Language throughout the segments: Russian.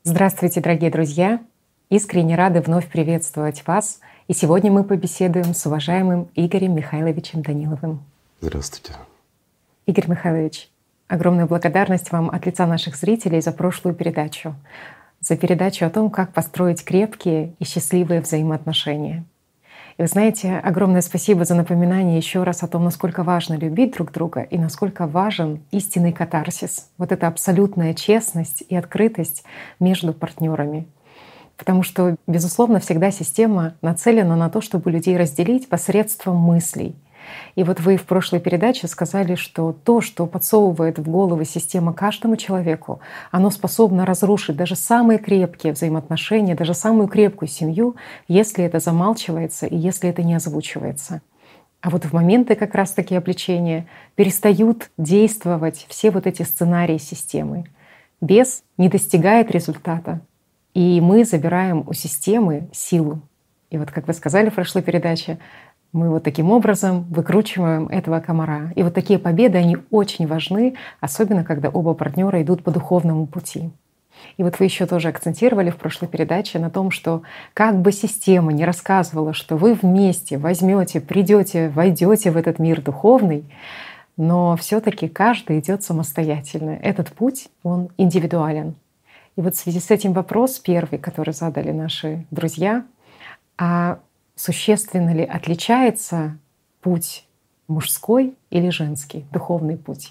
Здравствуйте, дорогие друзья! Искренне рады вновь приветствовать вас. И сегодня мы побеседуем с уважаемым Игорем Михайловичем Даниловым. Здравствуйте. Игорь Михайлович, огромная благодарность вам от лица наших зрителей за прошлую передачу. За передачу о том, как построить крепкие и счастливые взаимоотношения. И вы знаете, огромное спасибо за напоминание еще раз о том, насколько важно любить друг друга и насколько важен истинный катарсис. Вот эта абсолютная честность и открытость между партнерами. Потому что, безусловно, всегда система нацелена на то, чтобы людей разделить посредством мыслей. И вот вы в прошлой передаче сказали, что то, что подсовывает в головы система каждому человеку, оно способно разрушить даже самые крепкие взаимоотношения, даже самую крепкую семью, если это замалчивается и если это не озвучивается. А вот в моменты как раз-таки обличения перестают действовать все вот эти сценарии системы. Бес не достигает результата, и мы забираем у системы силу. И вот, как вы сказали в прошлой передаче, мы вот таким образом выкручиваем этого комара. И вот такие победы, они очень важны, особенно когда оба партнера идут по духовному пути. И вот вы еще тоже акцентировали в прошлой передаче на том, что как бы система не рассказывала, что вы вместе возьмете, придете, войдете в этот мир духовный, но все-таки каждый идет самостоятельно. Этот путь, он индивидуален. И вот в связи с этим вопрос первый, который задали наши друзья, а существенно ли отличается путь мужской или женский, духовный путь?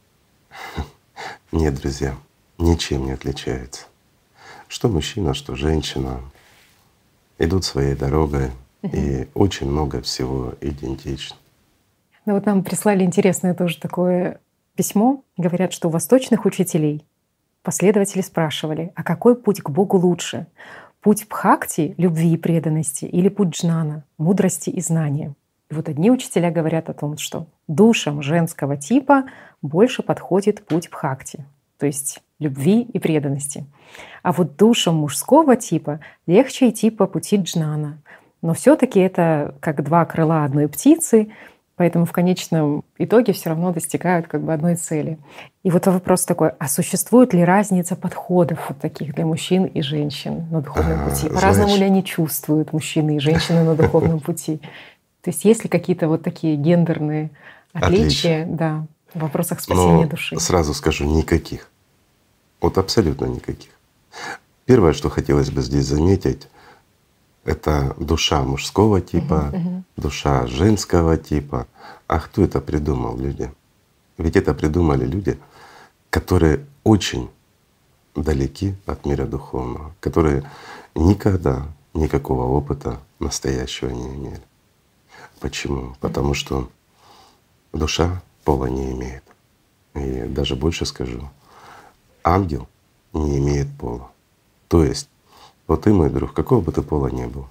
Нет, друзья, ничем не отличается. Что мужчина, что женщина идут своей дорогой, и очень много всего идентично. Ну вот нам прислали интересное тоже такое письмо. Говорят, что у восточных учителей последователи спрашивали, а какой путь к Богу лучше? Путь бхакти, любви и преданности, или путь джнана, мудрости и знания? И вот одни учителя говорят о том, что душам женского типа больше подходит путь бхакти, то есть любви и преданности. А вот душам мужского типа легче идти по пути джнана. Но все-таки это как два крыла одной птицы, поэтому в конечном итоге все равно достигают как бы одной цели. И вот вопрос такой, а существует ли разница подходов вот таких для мужчин и женщин на духовном пути? По-разному ли они чувствуют, мужчины и женщины, на духовном пути? То есть есть ли какие-то вот такие гендерные отличия, да, в вопросах спасения души? Сразу скажу, никаких. Вот абсолютно никаких. Первое, что хотелось бы здесь заметить, это душа мужского типа, душа женского типа. А кто это придумал, люди? Ведь это придумали люди, которые очень далеки от мира духовного, которые никогда никакого опыта настоящего не имели. Почему? Потому что душа пола не имеет. И даже больше скажу, ангел не имеет пола. То есть вот ты, мой друг, какого бы ты пола ни был,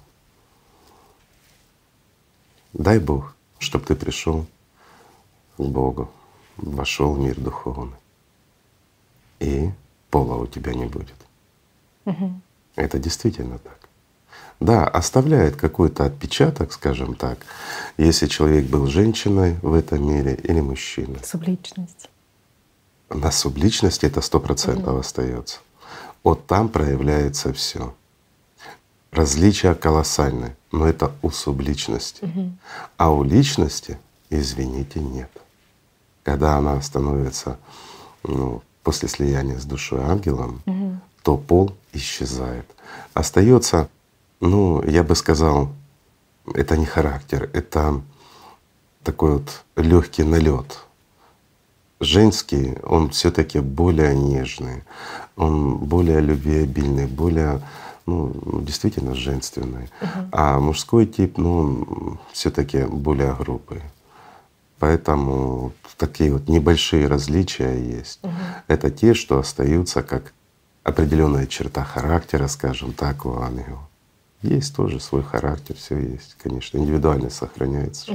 дай Бог, чтобы ты пришел к Богу, вошел в мир духовный, и пола у тебя не будет. Это действительно так. Да, оставляет какой-то отпечаток, скажем так, если человек был женщиной в этом мире или мужчиной. Субличность. На субличности это 100% остается. Вот там проявляется все. Различия колоссальны, но это у субличности. А у личности, извините, нет. Когда она становится после слияния с душой ангелом, то пол исчезает. Остается, я бы сказал, это не характер, это такой вот легкий налет. Женский, он все-таки более нежный, он более любвеобильный, более действительно женственный. А мужской тип, он все-таки более грубый. Поэтому такие вот небольшие различия есть. Это те, что остаются как определенная черта характера, скажем так, у ангела. Есть тоже свой характер, все есть, конечно, индивидуальность сохраняется.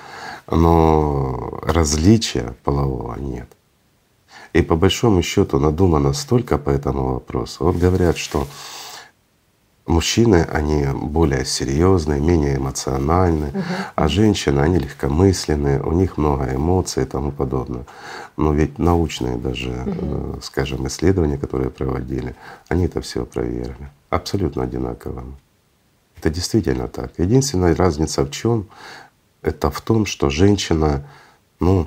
Но различия полового нет. И по большому счету надумано столько по этому вопросу. Вот говорят, что Мужчины, они более серьезные, менее эмоциональны, а женщины, они легкомысленные, у них много эмоций и тому подобное. Но ведь научные даже, скажем, исследования, которые проводили, они это все проверили. Абсолютно одинаково. Это действительно так. Единственная разница в чем? Это в том, что женщина, ну,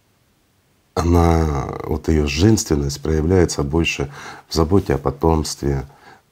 она, вот ее женственность проявляется больше в заботе о потомстве,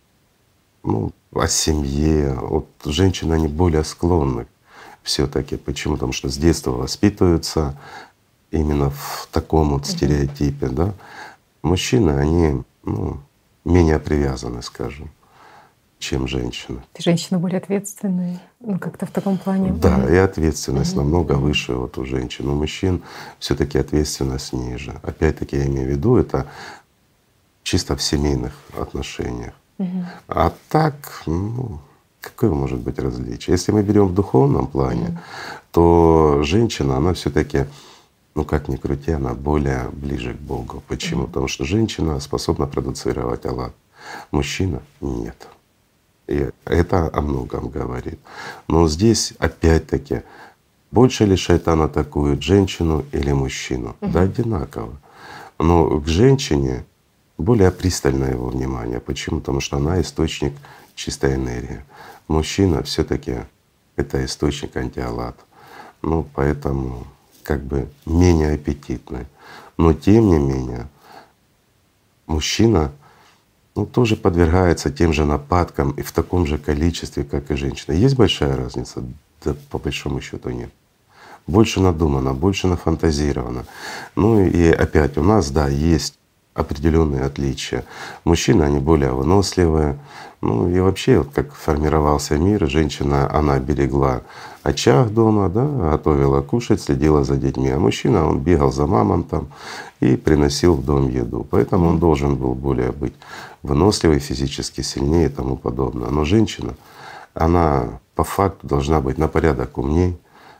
ну, о семье. Вот женщины, они более склонны все-таки. Почему? Потому что с детства воспитываются именно в таком вот стереотипе, да. Мужчины, они, ну, менее привязаны, скажем, чем женщины. Женщины более ответственные, ну как-то в таком плане. Да, и ответственность намного выше вот у женщин. У мужчин все-таки ответственность ниже. Опять-таки я имею в виду это чисто в семейных отношениях. А так, ну, какое может быть различие? Если мы берем в духовном плане, то женщина, она все-таки, ну как ни крути, она более ближе к Богу. Почему? Потому что женщина способна продуцировать Аллах, мужчина нет. И это о многом говорит. Но здесь опять-таки больше ли шайтан атакует женщину или мужчину? Да одинаково. Но к женщине более пристальное его внимание. Почему? Потому что она источник чистой энергии. Мужчина все-таки это источник антиаллат. Ну поэтому как бы менее аппетитный. Но тем не менее мужчина, ну, тоже подвергается тем же нападкам и в таком же количестве, как и женщина. Есть большая разница? Да по большому счету нет. Больше надумано, больше нафантазировано. Ну и опять у нас, да, есть определенные отличия. Мужчины, они более выносливые. Ну и вообще, вот как формировался мир, женщина, она берегла очаг дома, да, готовила кушать, следила за детьми, а мужчина, он бегал за мамонтом и приносил в дом еду. Поэтому он должен был более быть выносливый, физически сильнее и тому подобное. Но женщина, она по факту должна быть на порядок умней,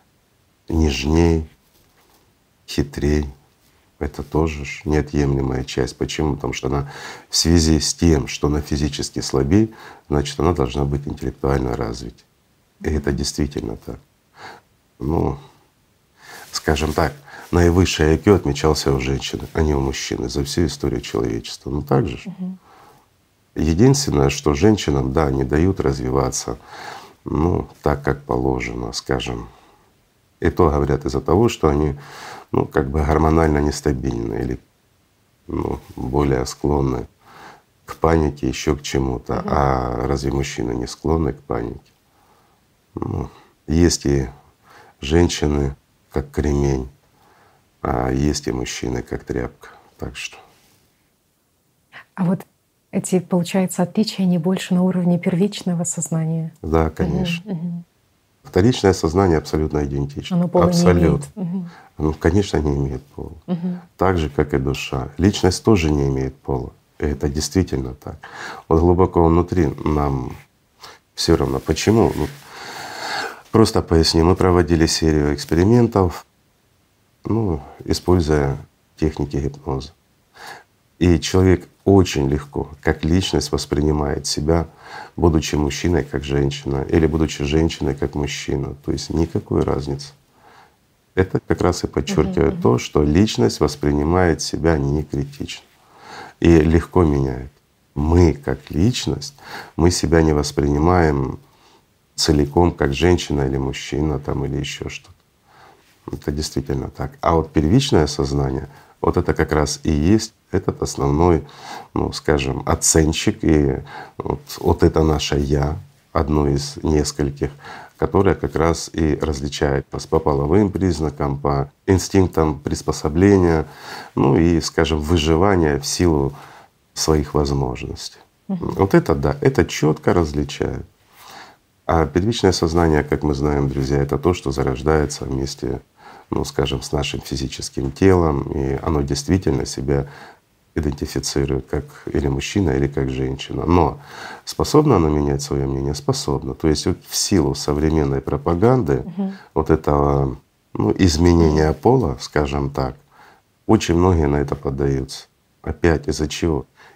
нежней, хитрей. Это тоже неотъемлемая часть. Почему? Потому что она в связи с тем, что она физически слабее, значит, она должна быть интеллектуально развитой. И это действительно так. Ну, скажем так, наивысший IQ отмечался у женщины, а не у мужчины за всю историю человечества. Ну так же. Единственное, что женщинам, да, не дают развиваться, ну, так, как положено, скажем. И то говорят из-за того, что они, ну, как бы гормонально нестабильны или, ну, более склонны к панике, еще к чему-то. А разве мужчины не склонны к панике? Ну, есть и женщины как кремень, а есть и мужчины как тряпка. Так что. А вот эти, получается, отличия, они больше на уровне первичного сознания? Да, конечно. Вторичное сознание абсолютно идентично. Оно пола абсолютно. не имеет. Ну, конечно, не имеет пола. Так же, как и душа. Личность тоже не имеет пола. И это действительно так. Вот глубоко внутри нам все равно. Почему? Ну, просто поясню. Мы проводили серию экспериментов, ну, используя техники гипноза. И человек очень легко, как личность, воспринимает себя, будучи мужчиной как женщина или будучи женщиной как мужчина. То есть никакой разницы. Это как раз и подчеркивает то, что личность воспринимает себя не критично и легко меняет. Мы как личность, мы себя не воспринимаем целиком как женщина или мужчина там, или еще что-то. Это действительно так. А вот первичное сознание, вот это как раз и есть этот основной, ну, скажем, оценщик. И вот это наше «я», одно из нескольких, которое как раз и различает нас по половым признакам, по инстинктам приспособления, ну и, скажем, выживания в силу своих возможностей. Вот это да, это четко различает. А первичное сознание, как мы знаем, друзья, это то, что зарождается вместе, ну, скажем, с нашим физическим телом, и оно действительно себя идентифицирует как или мужчина, или как женщина. Но способно оно менять свое мнение? Способно. То есть вот в силу современной пропаганды вот этого, ну, изменения пола, скажем так, очень многие на это поддаются. Опять из-за чего?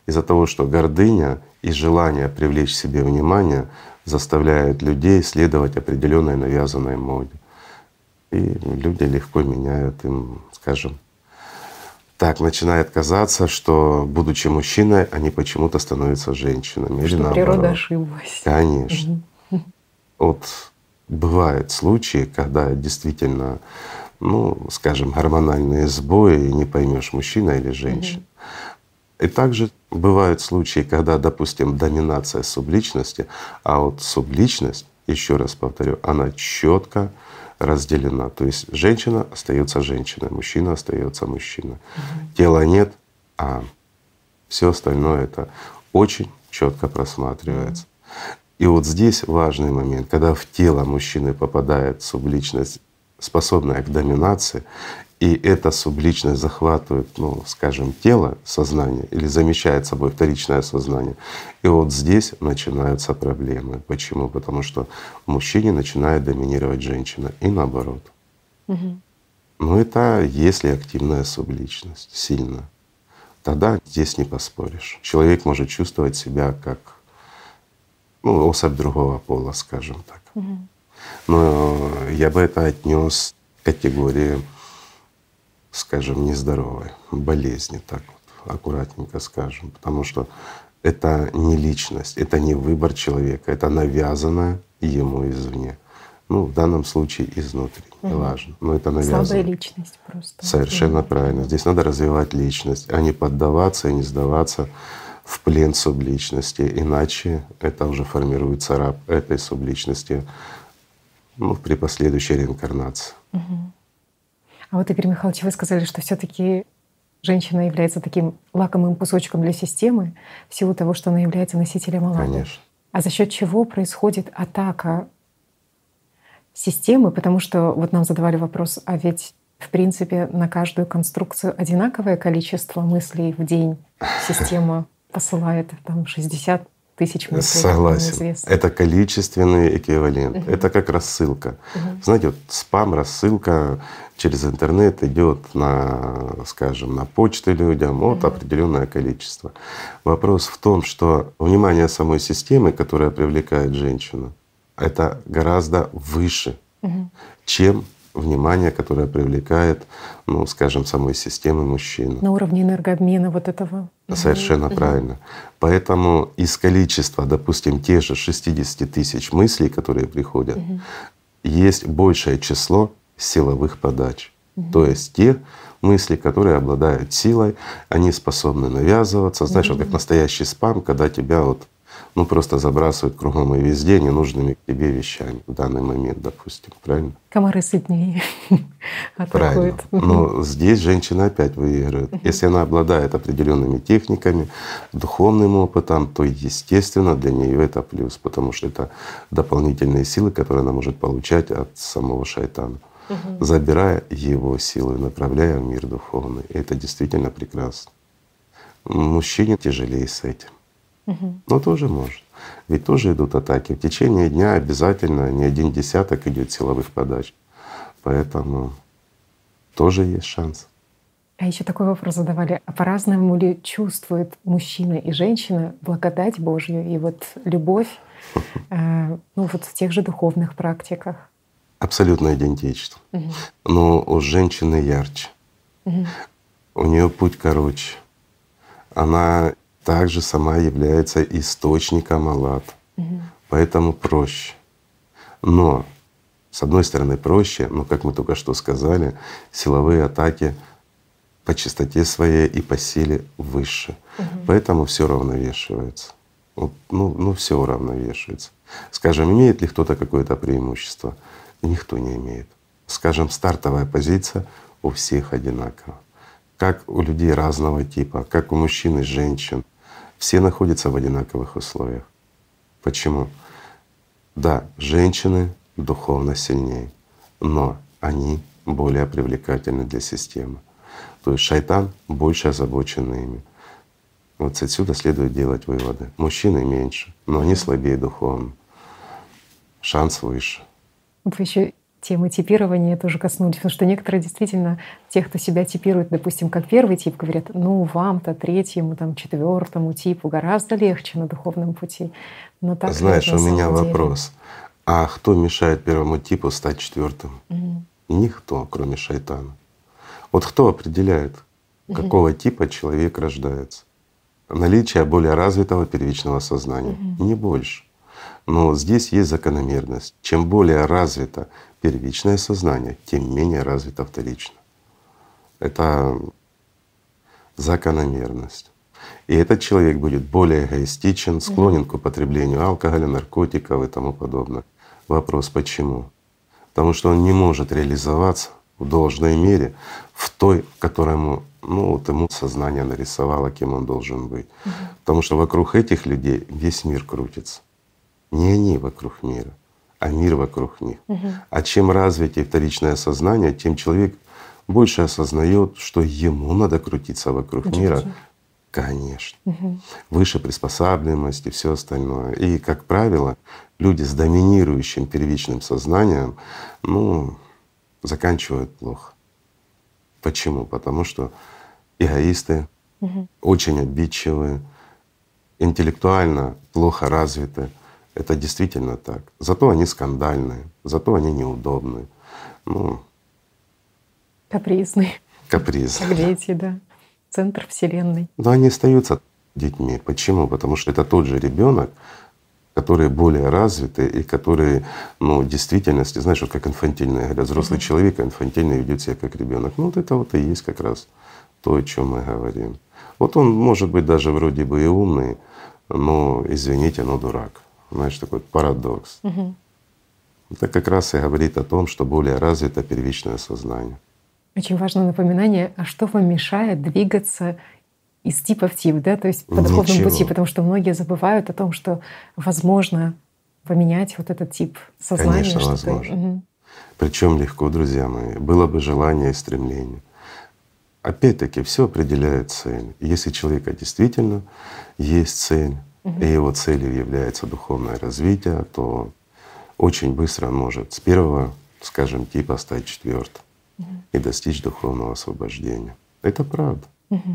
Из-за того, что гордыня и желание привлечь к себе внимание заставляют людей следовать определенной навязанной моде. И люди легко меняют им, скажем, так начинает казаться, что, будучи мужчиной, они почему-то становятся женщинами. Или Что наоборот. природа ошиблась. Конечно. Вот бывают случаи, когда действительно, ну, скажем, гормональные сбои, и не поймешь, мужчина или женщина. И также бывают случаи, когда, допустим, доминация субличности, а вот субличность, еще раз повторю, она четко разделена. То есть женщина остается женщиной, мужчина остается мужчиной. Тела нет, а все остальное это очень четко просматривается. И вот здесь важный момент, когда в тело мужчины попадает субличность, способная к доминации, и эта субличность захватывает, ну, скажем, тело, сознание или замещает собой вторичное сознание. И вот здесь начинаются проблемы. Почему? Потому что в мужчине начинает доминировать женщина и наоборот. Но это если активная субличность, сильно. Тогда здесь не поспоришь. Человек может чувствовать себя как, ну, особь другого пола, скажем так. Но я бы это отнес к категории, скажем, нездоровой болезни, так вот аккуратненько скажем, потому что это не личность, это не выбор человека, это навязанное ему извне. Ну, в данном случае изнутри, неважно, но это навязано. Слабая личность просто. Совершенно правильно. Здесь надо развивать личность, а не поддаваться и не сдаваться в плен субличности, иначе это уже формируется раб этой субличности, ну, при последующей реинкарнации. А вот, Игорь Михайлович, вы сказали, что все-таки женщина является таким лакомым кусочком для системы в силу того, что она является носителем Аллаха. Конечно. А за счет чего происходит атака системы? Потому что вот нам задавали вопрос, а ведь в принципе на каждую конструкцию одинаковое количество мыслей в день система посылает, там 60 тысяч мыслей. Согласен. Это количественный эквивалент. Это как рассылка. Знаете, вот спам, рассылка через интернет идет на, скажем, на почту людям, вот определенное количество. Вопрос в том, что внимание самой системы, которая привлекает женщину, это гораздо выше, чем внимание, которое привлекает, ну, скажем, самой системы мужчины. На уровне энергообмена вот этого. Совершенно правильно. Поэтому из количества, допустим, тех же 60 тысяч мыслей, которые приходят, есть большее число силовых подач. То есть те мысли, которые обладают силой, они способны навязываться. Знаешь, вот как настоящий спам, когда тебя вот, ну, просто забрасывают кругом и везде ненужными тебе вещами в данный момент, допустим. Правильно? Комары сытнее Правильно. атакуют. Но здесь женщина опять выигрывает. Если она обладает определенными техниками, духовным опытом, то, естественно, для нее это плюс, потому что это дополнительные силы, которые она может получать от самого шайтана, забирая его силы, направляя в мир духовный. И это действительно прекрасно. Мужчине тяжелее с этим. Но тоже может. Ведь тоже идут атаки. В течение дня обязательно не один десяток идет силовых подач. Поэтому тоже есть шанс. А еще такой вопрос задавали: а по-разному ли чувствует мужчина и женщина благодать Божью и вот любовь, ну вот в тех же духовных практиках? Абсолютно идентично. Но у женщины ярче. У нее путь короче. Она также сама является источником Аллата. Поэтому проще. Но с одной стороны проще, но, как мы только что сказали, силовые атаки по частоте своей и по силе выше. Поэтому все равновешивается. Вот, ну все уравновешивается. Скажем, имеет ли кто-то какое-то преимущество? Никто не имеет. Скажем, стартовая позиция у всех одинакова. Как у людей разного типа, как у мужчин и женщин. Все находятся в одинаковых условиях. Почему? Да, женщины духовно сильнее, но они более привлекательны для системы. То есть шайтан больше озабочен ими. Вот отсюда следует делать выводы. Мужчины меньше, но они слабее духовно. Шанс выше. Вы еще темы типирования тоже коснулись, потому что некоторые действительно, те, кто себя типирует, допустим, как первый тип, говорят, ну вам-то, третьему, там, четвертому типу гораздо легче на духовном пути. Но так ли Знаешь, это у на меня самом деле? вопрос. А кто мешает первому типу стать четвертым? Мгм. Никто, кроме шайтана. Вот кто определяет, какого типа человек рождается? Наличие более развитого первичного сознания, не больше. Но здесь есть закономерность. Чем более развито первичное сознание, тем менее развито вторичное. Это закономерность. И этот человек будет более эгоистичен, склонен к употреблению алкоголя, наркотиков и тому подобное. Вопрос почему? Потому что он не может реализоваться в должной мере в той, которому вот ему сознание нарисовало, кем он должен быть. Потому что вокруг этих людей весь мир крутится. Не они вокруг мира, а мир вокруг них. А чем развитее вторичное сознание, тем человек больше осознает, что ему надо крутиться вокруг мира. Конечно. Выше приспосабливаемость и все остальное. И, как правило, люди с доминирующим первичным сознанием заканчивают плохо. Почему? Потому что эгоисты, очень обидчивые, интеллектуально плохо развиты. Это действительно так. Зато они скандальные, зато они неудобные. Капризный, Капризные. как дети, да. Центр вселенной. Но они остаются детьми. Почему? Потому что это тот же ребенок, который более развитый и который, в действительности, знаешь, вот как инфантильный, говорят, взрослый человек, а инфантильный ведет себя как ребенок. Вот это вот и есть как раз то, о чем мы говорим. Вот он может быть даже вроде бы и умный, но, извините, но дурак. Знаешь, такой парадокс. Это как раз и говорит о том, что более развито первичное сознание. Очень важное напоминание, а что вам мешает двигаться из типа в тип, да, то есть по духовному пути, потому что многие забывают о том, что возможно поменять вот этот тип сознания. Конечно, возможно. Причем легко, друзья мои, было бы желание и стремление. Опять-таки все определяет цель. Если у человека действительно есть цель, и его целью является духовное развитие, то очень быстро он может с первого, скажем, типа стать четвертым и достичь духовного освобождения. Это правда.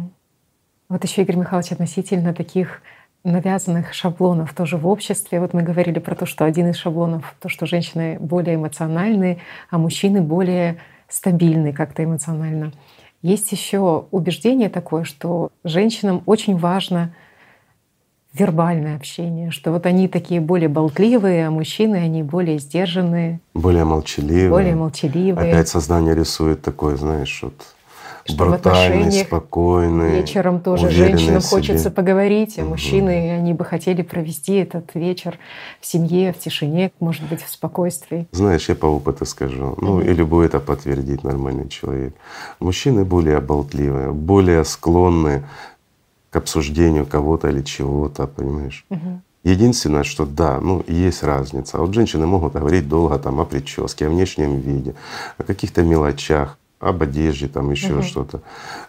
Вот еще, Игорь Михайлович, относительно таких навязанных шаблонов тоже в обществе. Вот мы говорили про то, что один из шаблонов — то, что женщины более эмоциональные, а мужчины более стабильны как-то эмоционально. Есть еще убеждение такое, что женщинам очень важно вербальное общение, что вот они такие более болтливые, а мужчины, они более сдержанные. Более молчаливые. Более молчаливые. Опять сознание рисует такое, знаешь, вот что брутальный, спокойный, вечером тоже женщинам хочется поговорить, а мужчины, они бы хотели провести этот вечер в семье, в тишине, может быть, в спокойствии. Знаешь, я по опыту скажу, и любой это подтвердит нормальный человек. Мужчины более болтливые, более склонны к обсуждению кого-то или чего-то, понимаешь? Единственное, что да, есть разница. А вот женщины могут говорить долго там о прическе, о внешнем виде, о каких-то мелочах, об одежде, там еще что-то.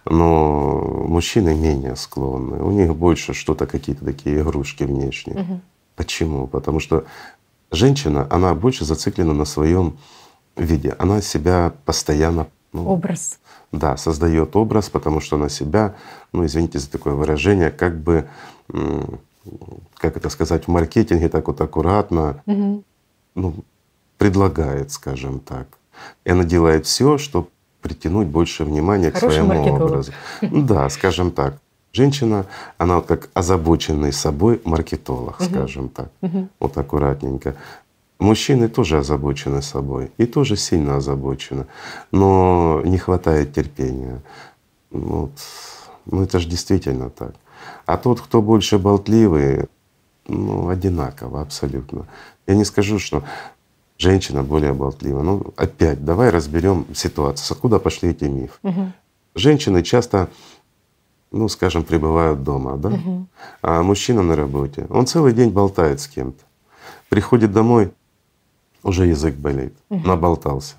Но мужчины менее склонны. У них больше что-то, какие-то такие игрушки внешние. Почему? Потому что женщина, она больше зациклена на своем виде. Она себя постоянно… образ. Да, создает образ, потому что она себя, извините за такое выражение, как бы, как это сказать, в маркетинге так вот аккуратно предлагает, скажем так. И она делает все, чтобы притянуть больше внимания к своему образу. Да, скажем так. Женщина, она вот как озабоченный собой маркетолог, скажем так, вот аккуратненько. Мужчины тоже озабочены собой и тоже сильно озабочены, но не хватает терпения. Это же действительно так. А тот, кто больше болтливый, одинаково абсолютно. Я не скажу, что женщина более болтлива. Опять давай разберем ситуацию, откуда пошли эти мифы. Женщины часто, скажем, пребывают дома, да? А мужчина на работе. Он целый день болтает с кем-то. Приходит домой, уже язык болит, наболтался.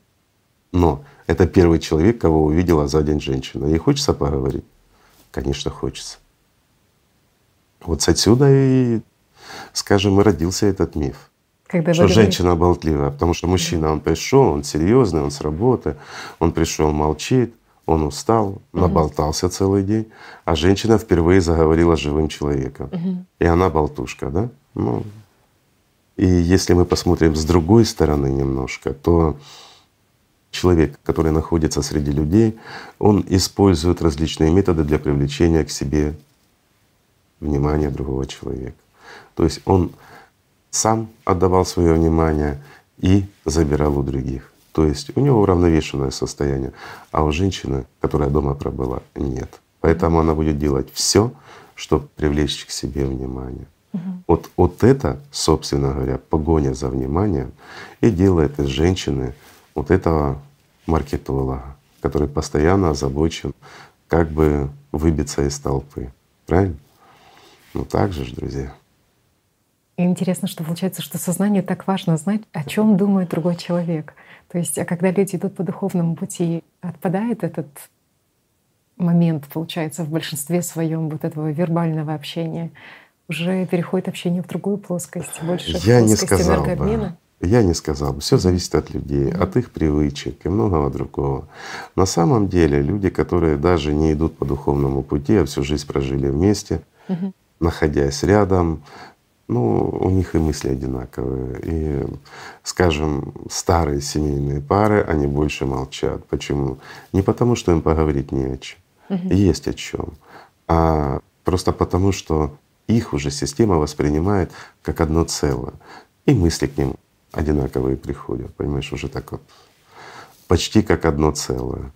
Но это первый человек, кого увидела за день женщина. Ей хочется поговорить? Конечно, хочется. Вот отсюда и, скажем, и родился этот миф. Когда что вы говорите. женщина болтливая, потому что мужчина, он пришел, он серьезный, он с работы, он пришел, молчит, он устал, наболтался целый день, а женщина впервые заговорила с живым человеком, и она болтушка, да? Ну, и если мы посмотрим с другой стороны немножко, то человек, который находится среди людей, он использует различные методы для привлечения к себе внимания другого человека. То есть он сам отдавал свое внимание и забирал у других. То есть у него уравновешенное состояние, а у женщины, которая дома пробыла, нет. Поэтому она будет делать все, чтобы привлечь к себе внимание. Вот это, собственно говоря, погоня за вниманием и делает из женщины вот этого маркетолога, который постоянно озабочен, как бы выбиться из толпы. Правильно? Ну так же ж, друзья. И интересно, что получается, что сознанию так важно знать, о чем думает другой человек. То есть, а когда люди идут по духовному пути, отпадает этот момент, получается, в большинстве своем вот этого вербального общения, уже переходит общение в другую плоскость, больше в Я не плоскость сказал бы. энергообмена. Я не сказал бы. Все зависит от людей, от их привычек и многого другого. На самом деле люди, которые даже не идут по духовному пути, а всю жизнь прожили вместе, находясь рядом, ну, у них и мысли одинаковые. И, скажем, старые семейные пары, они больше молчат. Почему? Не потому, что им поговорить не о чем. Есть о чем, а просто потому, что их уже система воспринимает как одно целое. И мысли к ним одинаковые приходят, понимаешь, уже так вот почти как одно целое.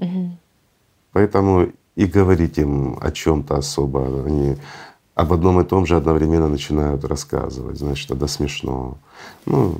Поэтому и говорить им о чем-то особо, они об одном и том же одновременно начинают рассказывать, значит, до смешного. Ну,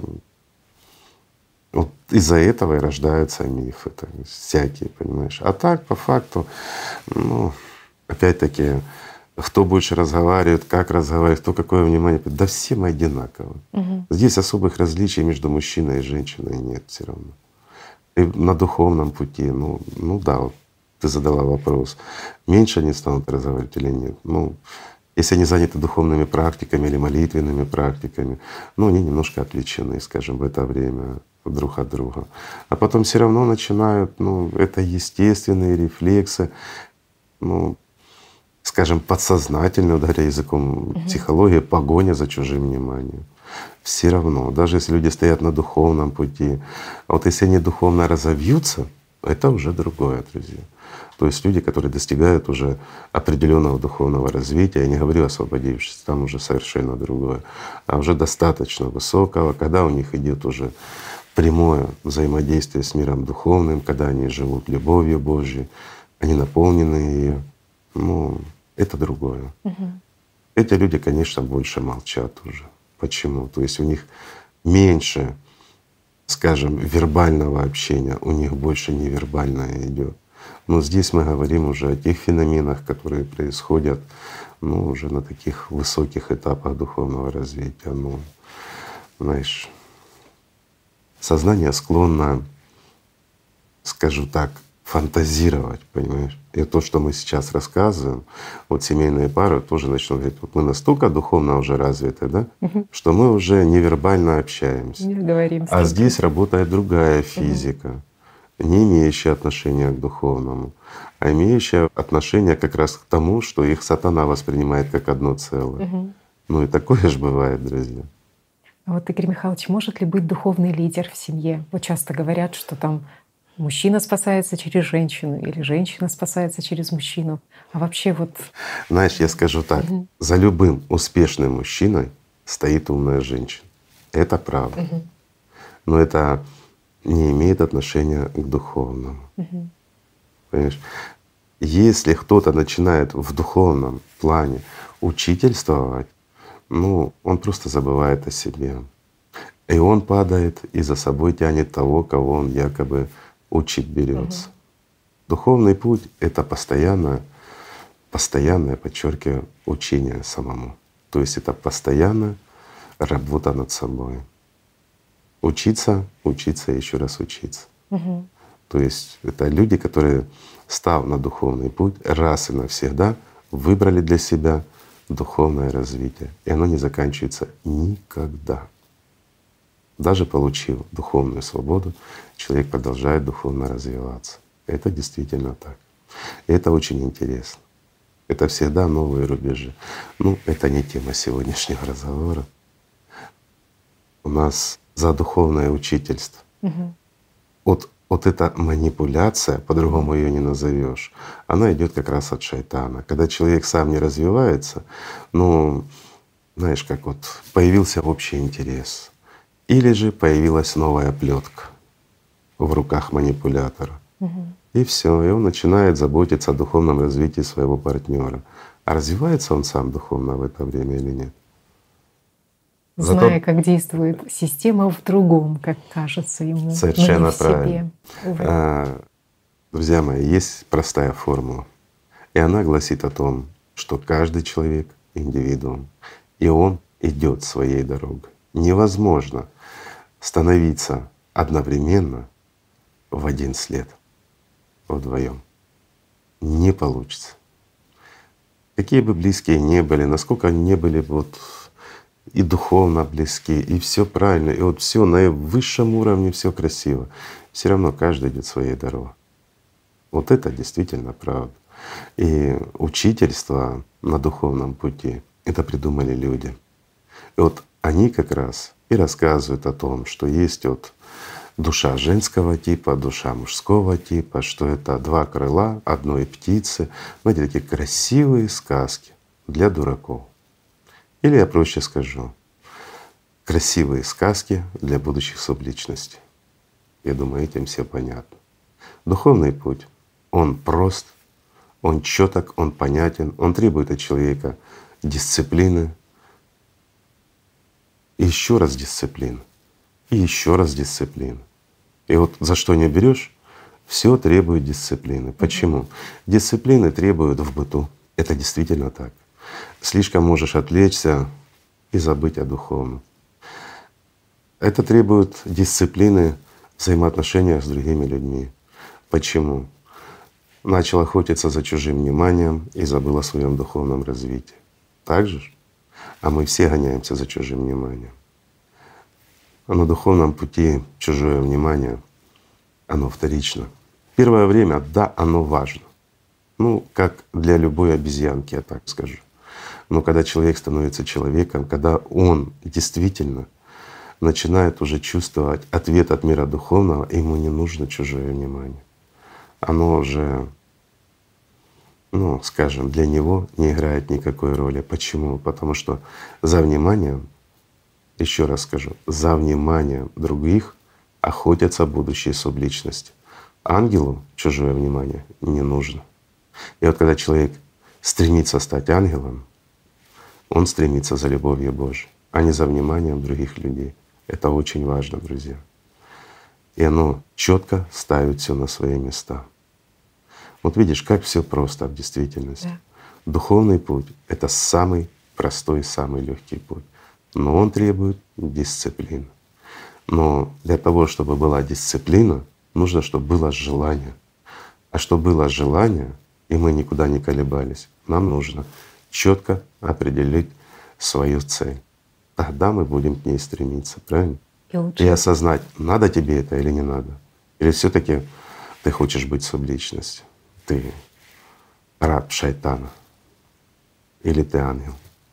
вот из-за этого и рождаются мифы всякие, понимаешь. А так, по факту, ну, опять-таки, кто больше разговаривает, как разговаривает, кто какое внимание, да все мы одинаковы. Здесь особых различий между мужчиной и женщиной нет все равно. И на духовном пути, ну да, вот ты задала вопрос, меньше они станут разговаривать или нет? Ну, если они заняты духовными практиками или молитвенными практиками, ну они немножко отвлечены, скажем, в это время друг от друга. А потом все равно начинают, ну, это естественные рефлексы, ну, скажем, подсознательно, ударя языком психологии, погоня за чужим вниманием. Все равно, даже если люди стоят на духовном пути, а вот если они духовно разовьются, это уже другое, друзья. То есть люди, которые достигают уже определенного духовного развития, я не говорю освободившись, там уже совершенно другое, а уже достаточно высокого, когда у них идет уже прямое взаимодействие с миром духовным, когда они живут любовью Божьей, они наполнены ее. Ну, это другое. Эти люди, конечно, больше молчат уже. Почему? То есть у них меньше, скажем, вербального общения, у них больше невербальное идет. Но здесь мы говорим уже о тех феноменах, которые происходят, ну, уже на таких высоких этапах духовного развития. Ну, знаешь, сознание склонно, скажу так, фантазировать, понимаешь? И то, что мы сейчас рассказываем, вот семейные пары тоже начнут говорить, вот мы настолько духовно уже развиты, да, что мы уже невербально общаемся. Не говорим. А здесь работает другая физика, не имеющая отношения к духовному, а имеющая отношение как раз к тому, что их сатана воспринимает как одно целое. Ну и такое же бывает, друзья. А вот, Игорь Михайлович, может ли быть духовный лидер в семье? Вот часто говорят, что там мужчина спасается через женщину или женщина спасается через мужчину. А вообще вот… Знаешь, я скажу так, за любым успешным мужчиной стоит умная женщина. Это правда. Но это не имеет отношения к духовному. Понимаешь? Если кто-то начинает в духовном плане учительствовать, ну, он просто забывает о себе. И он падает и за собой тянет того, кого он якобы учить берется. Духовный путь — это постоянное, подчеркиваю, учение самому. То есть это постоянная работа над собой. Учиться, учиться и еще раз учиться. То есть это люди, которые, став на духовный путь, раз и навсегда выбрали для себя духовное развитие. И оно не заканчивается никогда. Даже получив духовную свободу, человек продолжает духовно развиваться. Это действительно так. И это очень интересно. Это всегда новые рубежи. Ну, это не тема сегодняшнего разговора. У нас за духовное учительство. Вот эта манипуляция, по-другому ее не назовешь, она идет как раз от шайтана. Когда человек сам не развивается, ну, знаешь, как вот появился общий интерес, или же появилась новая плетка в руках манипулятора. И все, и он начинает заботиться о духовном развитии своего партнера. А развивается он сам духовно в это время или нет? Зная, как действует система в другом, как кажется ему, Совершенно но не в правильно. себе. Друзья мои, есть простая формула, и она гласит о том, что каждый человек — индивидуум, и он идет своей дорогой. Невозможно становиться одновременно в один след вдвоем. Не получится. Какие бы близкие ни были, насколько они не были вот и духовно близки, и все правильно, и вот все на высшем уровне, все красиво, все равно каждый идет своей дорогой. Вот это действительно правда. И учительство на духовном пути — это придумали люди. И вот они как раз и рассказывают о том, что есть вот душа женского типа, душа мужского типа, что это два крыла одной птицы. Знаете, такие красивые сказки для дураков. Или я проще скажу, красивые сказки для будущих субличностей. Я думаю, этим все понятно. Духовный путь, он прост, он чёток, он понятен, он требует от человека дисциплины, и еще раз дисциплины, и еще раз дисциплины. И вот за что не берешь, все требует дисциплины. Почему? Дисциплины требуют в быту. Это действительно так. Слишком можешь отвлечься и забыть о духовном. Это требует дисциплины взаимоотношения с другими людьми. Почему? Начал охотиться за чужим вниманием и забыл о своем духовном развитии. Так же? А мы все гоняемся за чужим вниманием. А на духовном пути чужое внимание, оно вторично. Первое время, да, оно важно. Ну, как для любой обезьянки, я так скажу. Но когда человек становится человеком, когда он действительно начинает уже чувствовать ответ от мира духовного, ему не нужно чужое внимание. Оно уже, ну, скажем, для него не играет никакой роли. Почему? Потому что за вниманием, еще раз скажу, за вниманием других охотятся будущие субличности. Ангелу чужое внимание не нужно. И вот когда человек стремится стать ангелом, он стремится за любовью Божией, а не за вниманием других людей. Это очень важно, друзья. И оно четко ставит все на свои места. Вот видишь, как все просто в действительности. Да. Духовный путь — это самый простой, самый легкий путь. Но он требует дисциплины. Но для того, чтобы была дисциплина, нужно, чтобы было желание. А чтобы было желание, и мы никуда не колебались, нам нужно четко определить свою цель. Тогда мы будем к ней стремиться, правильно? И осознать, надо тебе это или не надо. Или все-таки ты хочешь быть субличностью, ты раб шайтана, или ты ангел.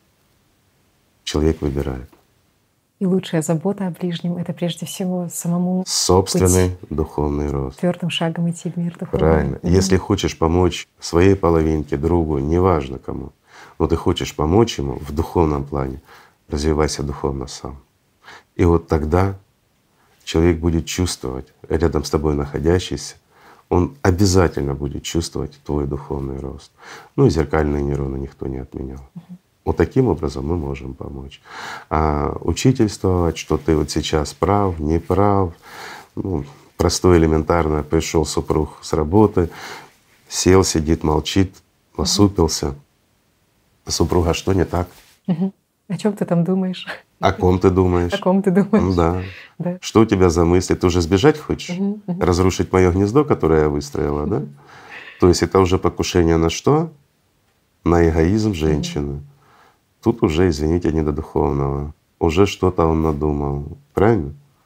Человек выбирает. И лучшая забота о ближнем — это прежде всего самому собственный духовный рост. Твердым шагом идти в мир духовный. Правильно. Если хочешь помочь своей половинке, другу, неважно кому, но ты хочешь помочь ему в духовном плане, развивайся духовно сам. И вот тогда человек будет чувствовать, рядом с тобой находящийся, он обязательно будет чувствовать твой духовный рост. Ну и зеркальные нейроны никто не отменял. Вот таким образом мы можем помочь. А учительствовать, что ты вот сейчас прав, не прав, ну, простое элементарно, пришел супруг с работы, сел, сидит, молчит, насупился. Супруга, что не так? О чем ты там думаешь? О ком ты думаешь? О ком ты думаешь? Да. Что у тебя за мысли? Ты уже сбежать хочешь? Разрушить мое гнездо, которое я выстроила, да? То есть это уже покушение на что? На эгоизм женщины. Тут уже, извините, не до духовного. Уже что-то он надумал. Правильно?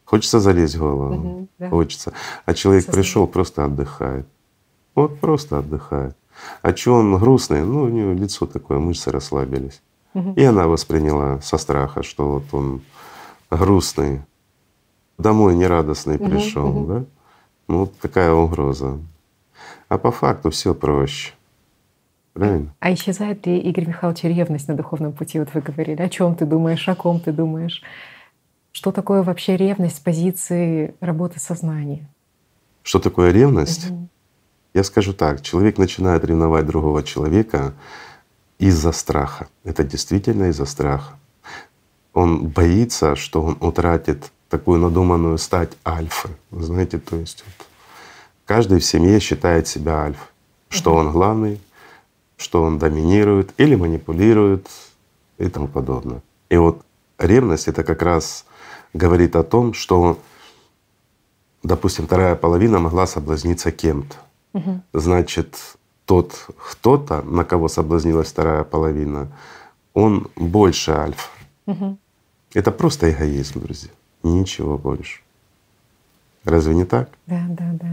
Хочется залезть в голову, Да. хочется. А человек Осознание. пришел, просто отдыхает. Вот просто отдыхает. А чё он грустный? Ну, у него лицо такое, мышцы расслабились. Мгм. И она восприняла со страха, что вот он грустный, домой нерадостный пришел, Мгм. да? Ну, вот такая угроза. А по факту все проще. Правильно? А исчезает ли, Игорь Михайлович, ревность на духовном пути? Вот вы говорили, о чем ты думаешь, о ком ты думаешь? Что такое вообще ревность с позиции работы сознания? Что такое ревность? Мгм. Я скажу так, человек начинает ревновать другого человека из-за страха. Это действительно из-за страха. Он боится, что он утратит такую надуманную стать альфы. Вы знаете, то есть вот каждый в семье считает себя альфой, что Мгм. он главный, что он доминирует или манипулирует и тому подобное. И вот ревность — это как раз говорит о том, что, допустим, вторая половина могла соблазниться кем-то. Мгм. Значит, тот кто-то, на кого соблазнилась вторая половина, он больше альфа. Мгм. Это просто эгоизм, друзья, ничего больше. Разве не так? Да, да, да.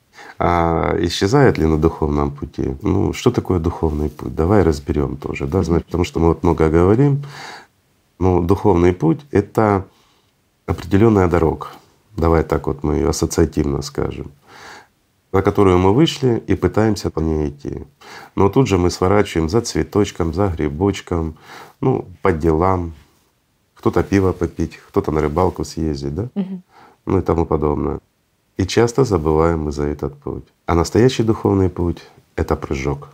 А исчезает ли на духовном пути? Ну, что такое духовный путь? Давай разберем тоже, да, Мгм. значит, потому что мы вот много говорим. Но духовный путь — это определенная дорога. Давай так вот мы ее ассоциативно скажем, на которую мы вышли и пытаемся по ней идти. Но тут же мы сворачиваем за цветочком, за грибочком, ну, по делам. Кто-то пиво попить, кто-то на рыбалку съездить, да? Мгм. Ну и тому подобное. И часто забываем мы за этот путь. А настоящий духовный путь — это прыжок,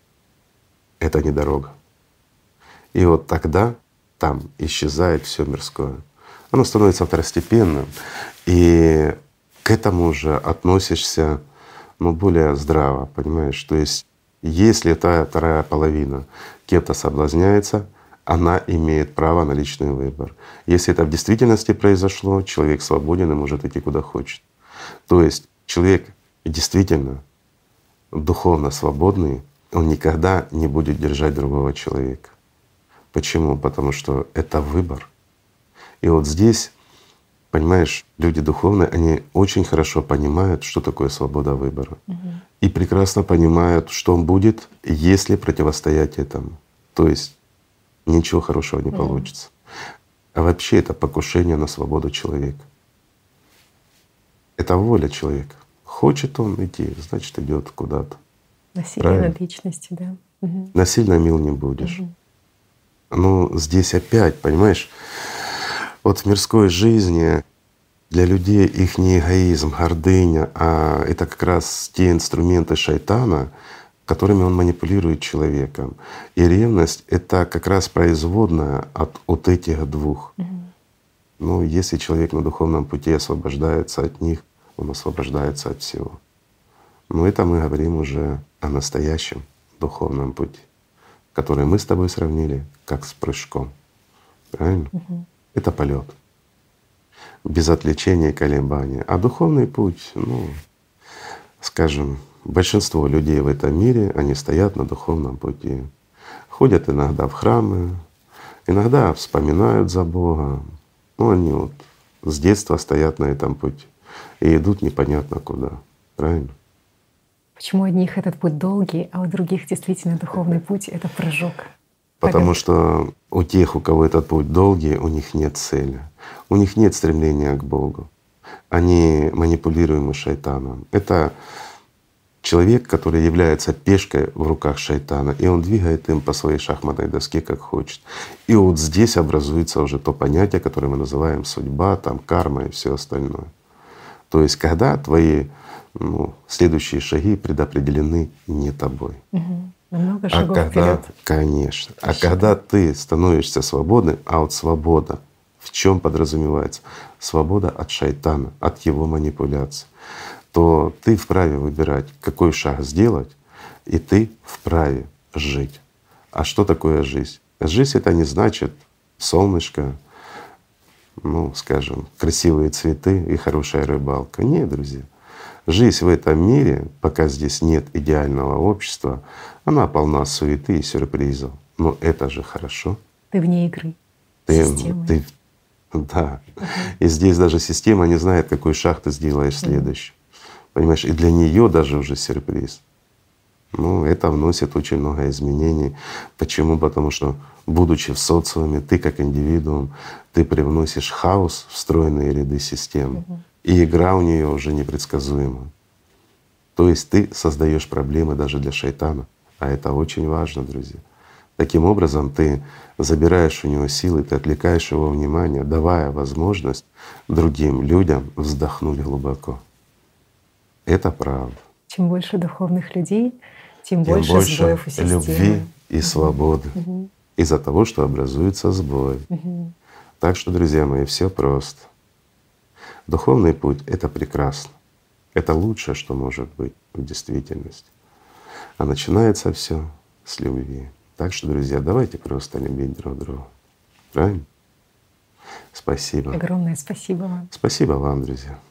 это не дорога. И вот тогда там исчезает все мирское. Оно становится второстепенным, и к этому же относишься ну, более здраво, понимаешь? То есть если та вторая половина кем-то соблазняется, она имеет право на личный выбор. Если это в действительности произошло, человек свободен и может идти куда хочет. То есть человек действительно духовно свободный, он никогда не будет держать другого человека. Почему? Потому что это выбор. И вот здесь, понимаешь, люди духовные, они очень хорошо понимают, что такое свобода выбора. Мгм. И прекрасно понимают, что будет, если противостоять этому. То есть ничего хорошего не Мгм. получится. А вообще это покушение на свободу человека. Это воля человека. Хочет он идти, значит идет куда-то. Насилие Правильно? над личностью, да. Мгм. Насильно мил не будешь. Мгм. Ну здесь опять, понимаешь, вот в мирской жизни для людей их не эгоизм, гордыня, а это как раз те инструменты шайтана, которыми он манипулирует человеком. И ревность — это как раз производная от вот этих двух. Мгм. Ну, если человек на духовном пути освобождается от них, он освобождается от всего. Но это мы говорим уже о настоящем духовном пути, который мы с тобой сравнили как с прыжком. Правильно? Мгм. Это полет без отвлечения и колебания. А духовный путь, ну, скажем, большинство людей в этом мире, они стоят на духовном пути. Ходят иногда в храмы, иногда вспоминают за Бога. Ну, они вот с детства стоят на этом пути и идут непонятно куда. Правильно? Почему у одних этот путь долгий, а у других действительно духовный путь — это прыжок? Потому Полет. что у тех, у кого этот путь долгий, у них нет цели, у них нет стремления к Богу. Они манипулируемы шайтаном. Это человек, который является пешкой в руках шайтана, и он двигает им по своей шахматной доске как хочет. И вот здесь образуется уже то понятие, которое мы называем судьба, там, карма и все остальное. То есть когда твои следующие шаги предопределены не тобой. Мгм. На много А шагов когда, вперед. конечно, а Рассчитан. когда ты становишься свободным, а вот свобода в чем подразумевается? Свобода от шайтана, от его манипуляций, то ты вправе выбирать, какой шаг сделать, и ты вправе жить. А что такое жизнь? Жизнь — это не значит солнышко, ну, скажем, красивые цветы и хорошая рыбалка. Нет, друзья. Жизнь в этом мире, пока здесь нет идеального общества, она полна суеты и сюрпризов. Но это же хорошо. Ты вне игры, Ты, системы. ты Да. И здесь даже система не знает, какой шаг ты сделаешь следующий. Понимаешь, и для нее даже уже сюрприз. Ну, это вносит очень много изменений. Почему? Потому что, будучи в социуме, ты как индивидуум, ты привносишь хаос в встроенные ряды системы, и игра у нее уже непредсказуема. То есть ты создаешь проблемы даже для шайтана, а это очень важно, друзья. Таким образом, ты забираешь у него силы, ты отвлекаешь его внимание, давая возможность другим людям вздохнуть глубоко. Это правда. Чем больше духовных людей, тем Тем больше больше сбоев у системы. любви и свободы из-за того, что образуется сбой. Так что, друзья мои, все просто. Духовный путь — это прекрасно. Это лучшее, что может быть в действительности. А начинается все с любви. Так что, друзья, давайте просто любить друг друга. Правильно? Спасибо. Огромное спасибо вам. Спасибо вам, друзья.